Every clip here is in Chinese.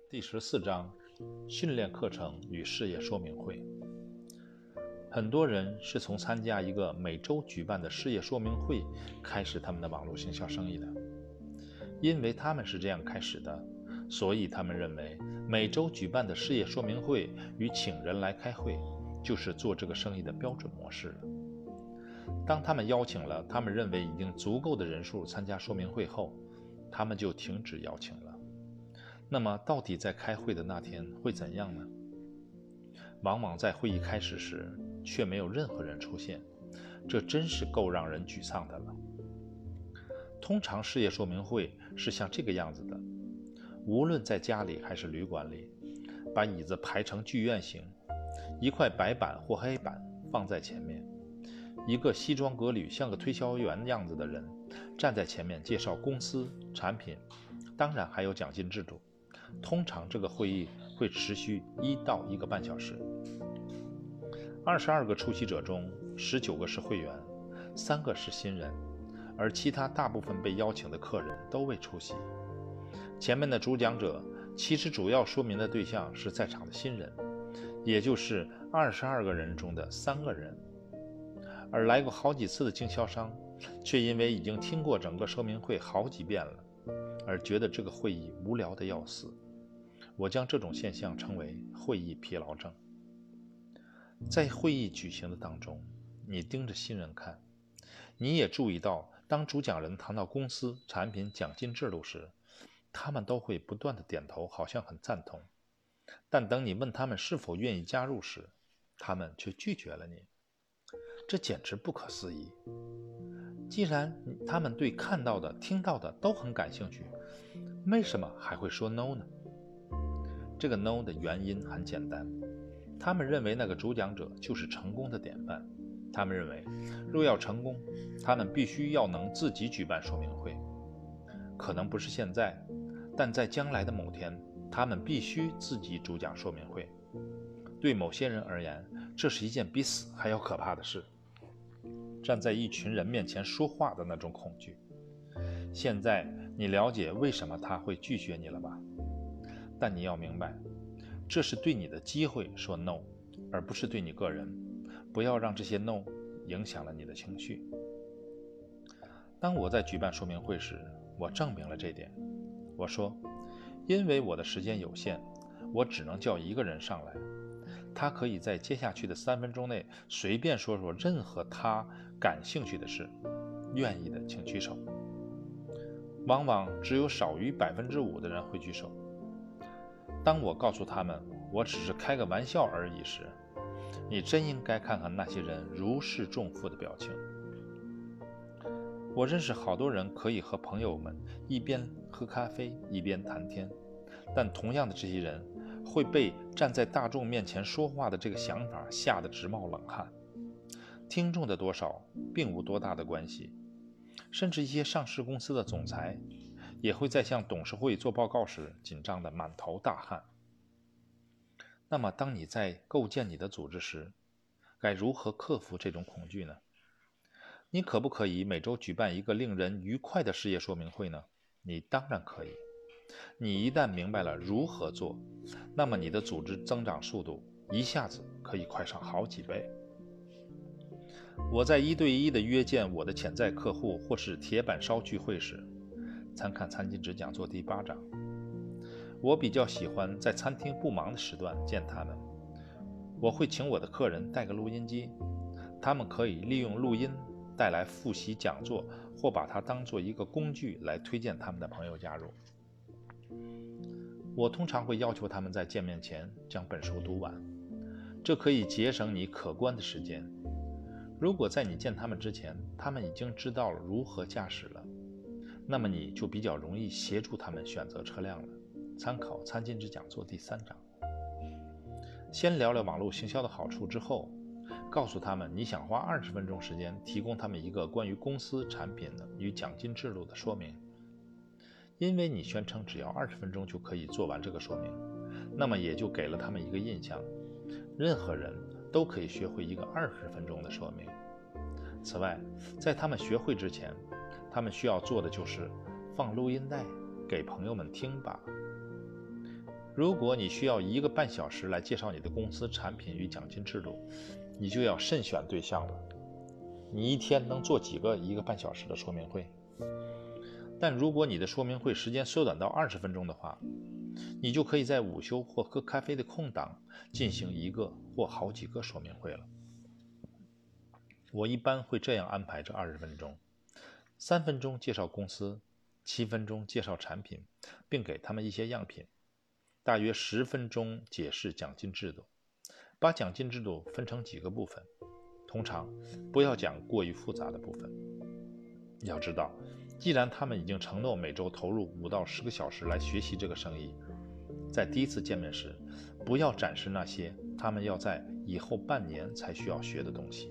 第14章训练课程与事业说明会。很多人是从参加一个每周举办的事业说明会开始他们的网络行销生意的。因为他们是这样开始的，所以他们认为每周举办的事业说明会与请人来开会就是做这个生意的标准模式了。当他们邀请了他们认为已经足够的人数参加说明会后，他们就停止邀请了。那么到底在开会的那天会怎样呢？往往在会议开始时却没有任何人出现，这真是够让人沮丧的了。通常事业说明会是像这个样子的，无论在家里还是旅馆里，把椅子排成剧院型，一块白板或黑板放在前面，一个西装革履像个推销员样子的人站在前面介绍公司产品，当然还有奖金制度。通常这个会议会持续1到1个半小时。22个出席者中，19个是会员，3个是新人，而其他大部分被邀请的客人都未出席。前面的主讲者其实主要说明的对象是在场的新人，也就是22个人中的3个人。而来过好几次的经销商却因为已经听过整个说明会好几遍了，而觉得这个会议无聊的要死。我将这种现象称为会议疲劳症。在会议举行的当中，你盯着新人看，你也注意到当主讲人谈到公司、产品、奖金制度时，他们都会不断地点头，好像很赞同。但等你问他们是否愿意加入时，他们却拒绝了你。这简直不可思议。既然他们对看到的、听到的都很感兴趣，为什么还会说 no 呢？这个 no 的原因很简单，他们认为那个主讲者就是成功的典范。他们认为，若要成功，他们必须要能自己举办说明会。可能不是现在，但在将来的某天，他们必须自己主讲说明会。对某些人而言，这是一件比死还要可怕的事。站在一群人面前说话的那种恐惧。现在你了解为什么他会拒绝你了吧？但你要明白，这是对你的机会说 no， 而不是对你个人。不要让这些 no 影响了你的情绪。当我在举办说明会时，我证明了这点。我说，因为我的时间有限，我只能叫一个人上来，他可以在接下去的3分钟内随便说说任何他感兴趣的事，愿意的请举手。往往只有少于5%的人会举手。当我告诉他们我只是开个玩笑而已时，你真应该看看那些人如释重负的表情。我认识好多人可以和朋友们一边喝咖啡一边谈天，但同样的这些人会被站在大众面前说话的这个想法吓得直冒冷汗。听众的多少并无多大的关系，甚至一些上市公司的总裁也会在向董事会做报告时紧张得满头大汗。那么当你在构建你的组织时，该如何克服这种恐惧呢？你可不可以每周举办一个令人愉快的事业说明会呢？你当然可以。你一旦明白了如何做，那么你的组织增长速度一下子可以快上好几倍。我在1对1的约见我的潜在客户或是铁板烧聚会时，参看餐巾纸讲座第8章。我比较喜欢在餐厅不忙的时段见他们。我会请我的客人带个录音机，他们可以利用录音带来复习讲座，或把它当做一个工具来推荐他们的朋友加入。我通常会要求他们在见面前将本书读完，这可以节省你可观的时间。如果在你见他们之前，他们已经知道了如何驾驶了，那么你就比较容易协助他们选择车辆了。参考餐巾纸讲座第3章。先聊聊网络行销的好处之后，告诉他们你想花20分钟时间提供他们一个关于公司产品与奖金制度的说明。因为你宣称只要20分钟就可以做完这个说明，那么也就给了他们一个印象，任何人都可以学会一个20分钟的说明。此外，在他们学会之前，他们需要做的就是放录音带给朋友们听吧。 如果你需要1个半小时来介绍你的公司产品与奖金制度，你就要慎选对象了。你一天能做几个1个半小时的说明会？但如果你的说明会时间缩短到20分钟的话，你就可以在午休或喝咖啡的空档进行1个或好几个说明会了。我一般会这样安排这20分钟：3分钟介绍公司，7分钟介绍产品，并给他们一些样品，大约10分钟解释奖金制度。把奖金制度分成几个部分，通常不要讲过于复杂的部分。要知道，既然他们已经承诺每周投入5到10个小时来学习这个生意，在第一次见面时，不要展示那些他们要在以后半年才需要学的东西。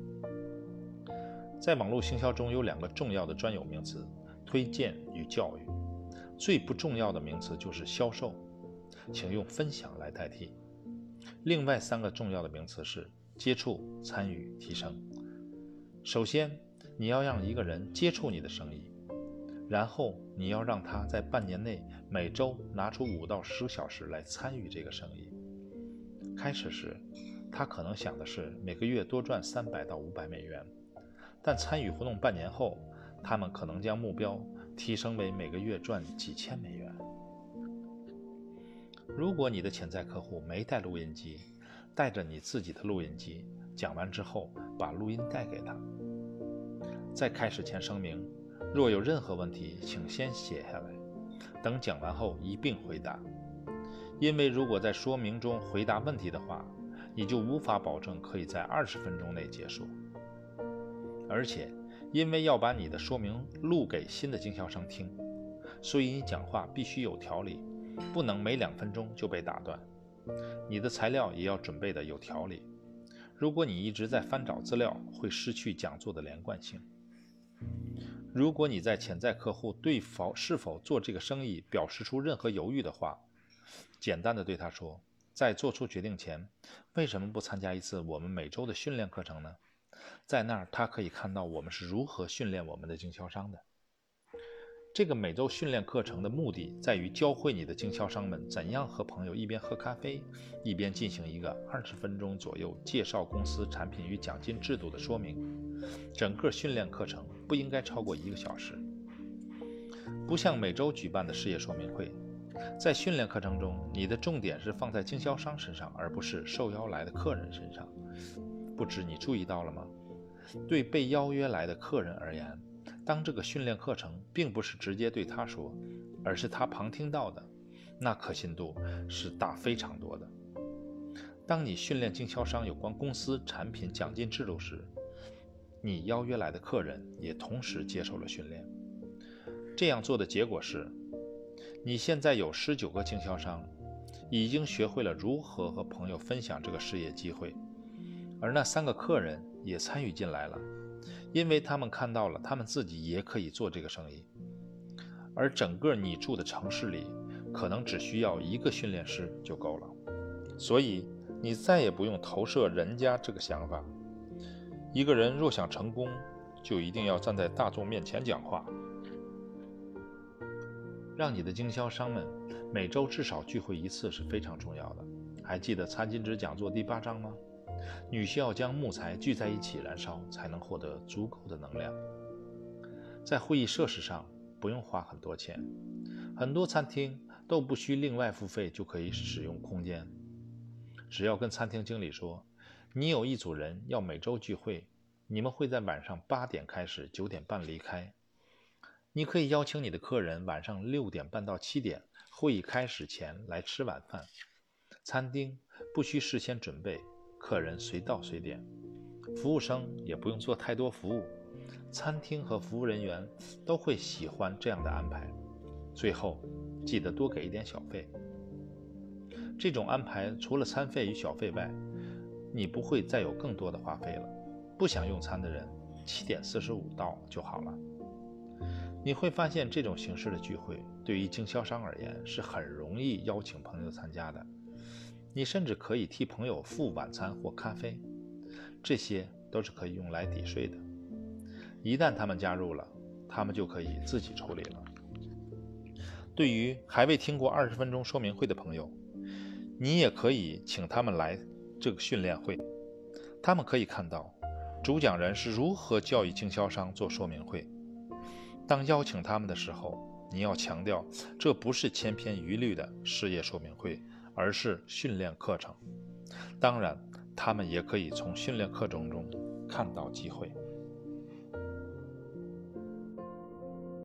在网络行销中有2个重要的专有名词：推荐与教育。最不重要的名词就是销售，请用分享来代替。另外3个重要的名词是接触、参与、提升。首先，你要让一个人接触你的生意，然后你要让他在半年内每周拿出5到10小时来参与这个生意。开始时，他可能想的是每个月多赚300到500美元，但参与活动半年后，他们可能将目标提升为每个月赚几千美元。如果你的潜在客户没带录音机，带着你自己的录音机，讲完之后把录音带给他。在开始前声明，若有任何问题，请先写下来，等讲完后一并回答。因为如果在说明中回答问题的话，你就无法保证可以在20分钟内结束。而且，因为要把你的说明录给新的经销商听，所以你讲话必须有条理，不能每2分钟就被打断。你的材料也要准备的有条理。如果你一直在翻找资料，会失去讲座的连贯性。如果你在潜在客户对是否做这个生意表示出任何犹豫的话，简单的对他说，在做出决定前，为什么不参加一次我们每周的训练课程呢？在那儿他可以看到我们是如何训练我们的经销商的。这个每周训练课程的目的在于教会你的经销商们怎样和朋友一边喝咖啡，一边进行一个20分钟左右介绍公司产品与奖金制度的说明。整个训练课程不应该超过1个小时。不像每周举办的事业说明会，在训练课程中，你的重点是放在经销商身上，而不是受邀来的客人身上。不知你注意到了吗？对被邀约来的客人而言，当这个训练课程并不是直接对他说，而是他旁听到的，那可信度是大非常多的。当你训练经销商有关公司产品奖金制度时，你邀约来的客人也同时接受了训练。这样做的结果是，你现在有19个经销商已经学会了如何和朋友分享这个事业机会，而那3个客人也参与进来了，因为他们看到了他们自己也可以做这个生意。而整个你住的城市里，可能只需要1个训练师就够了。所以你再也不用投射人家这个想法。一个人若想成功，就一定要站在大众面前讲话。让你的经销商们每周至少聚会1次是非常重要的。还记得餐巾纸讲座第8章吗？你需要将木材聚在一起燃烧，才能获得足够的能量。在会议设施上不用花很多钱，很多餐厅都不需另外付费就可以使用空间。只要跟餐厅经理说，你有一组人要每周聚会，你们会在晚上8点开始，9点半离开。你可以邀请你的客人晚上6点半到7点会议开始前来吃晚饭。餐厅不需事先准备，客人随到随点，服务生也不用做太多服务，餐厅和服务人员都会喜欢这样的安排。最后记得多给一点小费。这种安排除了餐费与小费外，你不会再有更多的花费了。不想用餐的人7点45到就好了。你会发现这种形式的聚会对于经销商而言是很容易邀请朋友参加的。你甚至可以替朋友付晚餐或咖啡，这些都是可以用来抵税的。一旦他们加入了，他们就可以自己处理了。 对于还未听过20分钟说明会的朋友，你也可以请他们来这个训练会，他们可以看到主讲人是如何教育经销商做说明会。当邀请他们的时候，你要强调，这不是千篇一律的事业说明会，而是训练课程。当然，他们也可以从训练课程中看到机会。